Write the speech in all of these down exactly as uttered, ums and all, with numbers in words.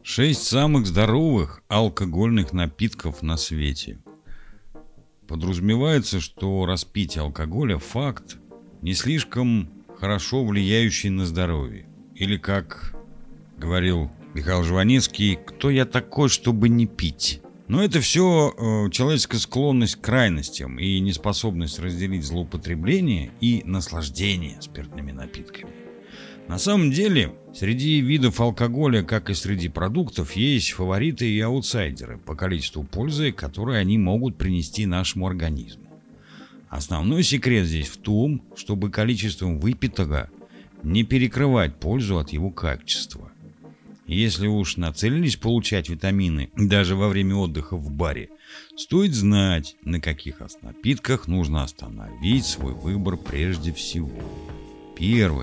Шесть самых здоровых алкогольных напитков на свете. Подразумевается, что распитие алкоголя – факт, не слишком хорошо влияющий на здоровье. Или, как говорил Михаил Жванецкий, «Кто я такой, чтобы не пить?». Но это все э, человеческая склонность к крайностям и неспособность разделить злоупотребление и наслаждение спиртными напитками. На самом деле, среди видов алкоголя, как и среди продуктов, есть фавориты и аутсайдеры по количеству пользы, которые они могут принести нашему организму. Основной секрет здесь в том, чтобы количеством выпитого не перекрывать пользу от его качества. Если уж нацелились получать витамины даже во время отдыха в баре, стоит знать, на каких напитках нужно остановить свой выбор прежде всего. Первое.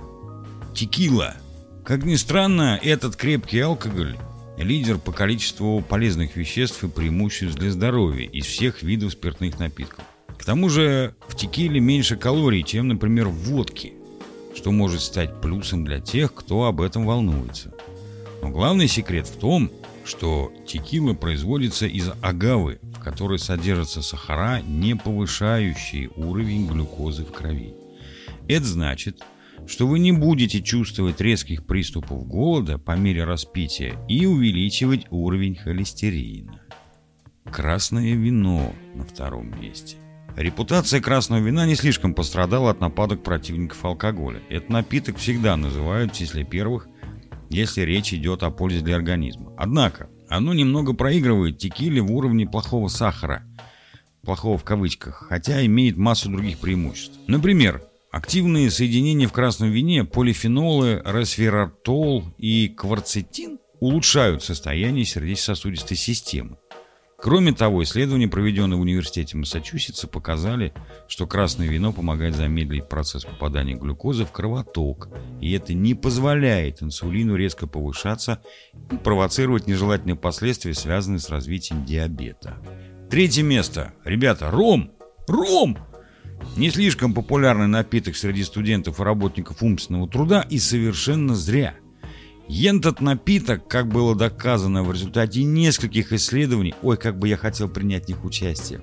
Текила. Как ни странно, этот крепкий алкоголь – лидер по количеству полезных веществ и преимуществ для здоровья из всех видов спиртных напитков. К тому же в текиле меньше калорий, чем, например, в водке, что может стать плюсом для тех, кто об этом волнуется. Но главный секрет в том, что текила производится из агавы, в которой содержатся сахара, не повышающие уровень глюкозы в крови. Это значит, что вы не будете чувствовать резких приступов голода по мере распития и увеличивать уровень холестерина. Красное вино на втором месте. Репутация красного вина не слишком пострадала от нападок противников алкоголя. Этот напиток всегда называют в числе первых, если речь идет о пользе для организма. Однако, оно немного проигрывает текиле в уровне плохого сахара, плохого в кавычках, хотя имеет массу других преимуществ. Например, активные соединения в красном вине, полифенолы, ресвератол и кварцетин улучшают состояние сердечно-сосудистой системы. Кроме того, исследования, проведенные в университете Массачусетса, показали, что красное вино помогает замедлить процесс попадания глюкозы в кровоток, и это не позволяет инсулину резко повышаться и провоцировать нежелательные последствия, связанные с развитием диабета. Третье место. Ребята, ром! Ром! Не слишком популярный напиток среди студентов и работников умственного труда, и совершенно зря. Этот напиток, как было доказано в результате нескольких исследований, ой, как бы я хотел принять в них участие,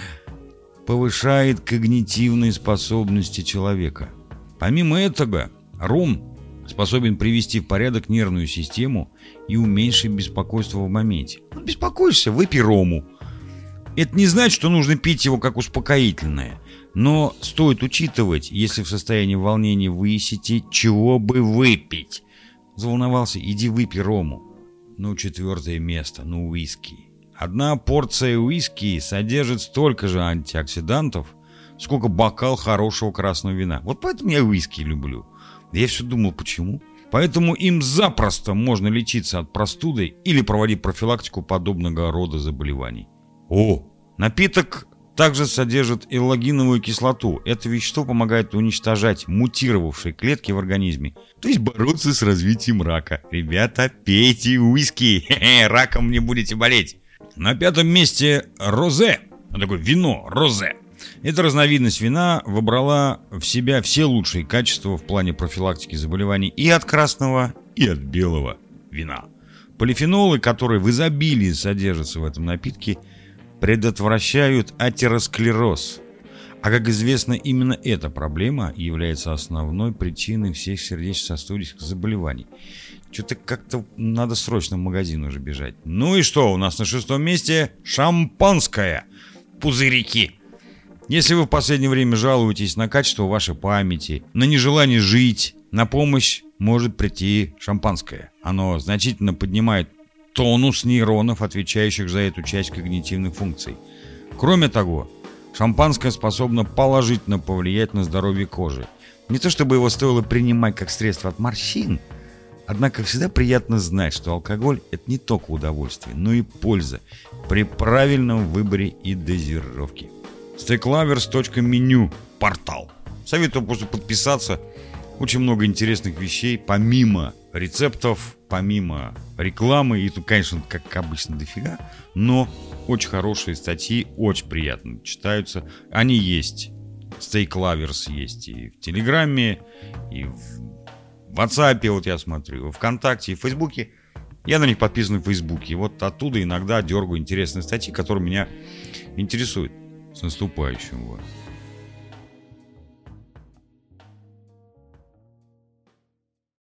повышает когнитивные способности человека. Помимо этого, ром способен привести в порядок нервную систему и уменьшить беспокойство в моменте. Ну, беспокоишься, выпей рому. Это не значит, что нужно пить его как успокоительное, но стоит учитывать, если в состоянии волнения вы ищете, чего бы выпить. Заволновался, иди выпей рому. Ну, четвертое место, ну, уиски. Одна порция уиски содержит столько же антиоксидантов, сколько бокал хорошего красного вина. Вот поэтому я уиски люблю. Я все думал, почему. Поэтому им запросто можно лечиться от простуды или проводить профилактику подобного рода заболеваний. О, напиток также содержит эллагиновую кислоту. Это вещество помогает уничтожать мутировавшие клетки в организме, то есть бороться с развитием рака. Ребята, пейте уиски, хе-хе, раком не будете болеть. На пятом месте розе. Такое вино, розе. Эта разновидность вина вобрала в себя все лучшие качества в плане профилактики заболеваний и от красного, и от белого вина. Полифенолы, которые в изобилии содержатся в этом напитке, предотвращают атеросклероз. А как известно, именно эта проблема является основной причиной всех сердечно-сосудистых заболеваний. Что-то как-то надо срочно в магазин уже бежать. Ну и что, у нас на шестом месте шампанское. Пузырики. Если вы в последнее время жалуетесь на качество вашей памяти, на нежелание жить, на помощь может прийти шампанское. Оно значительно поднимает тонус нейронов, отвечающих за эту часть когнитивных функций. Кроме того, шампанское способно положительно повлиять на здоровье кожи. Не то чтобы его стоило принимать как средство от морщин, однако всегда приятно знать, что алкоголь – это не только удовольствие, но и польза при правильном выборе и дозировке. стейк лаверс точка меню портал. Советую просто подписаться. Очень много интересных вещей, помимо рецептов, помимо рекламы. И тут, конечно, как обычно, дофига. Но очень хорошие статьи, очень приятно читаются. Они есть. стейк лаверс есть и в Телеграме, и в WhatsApp, вот я смотрю, в ВКонтакте, и в Фейсбуке. Я на них подписан в Фейсбуке. И вот оттуда иногда дергаю интересные статьи, которые меня интересуют. С наступающим вас.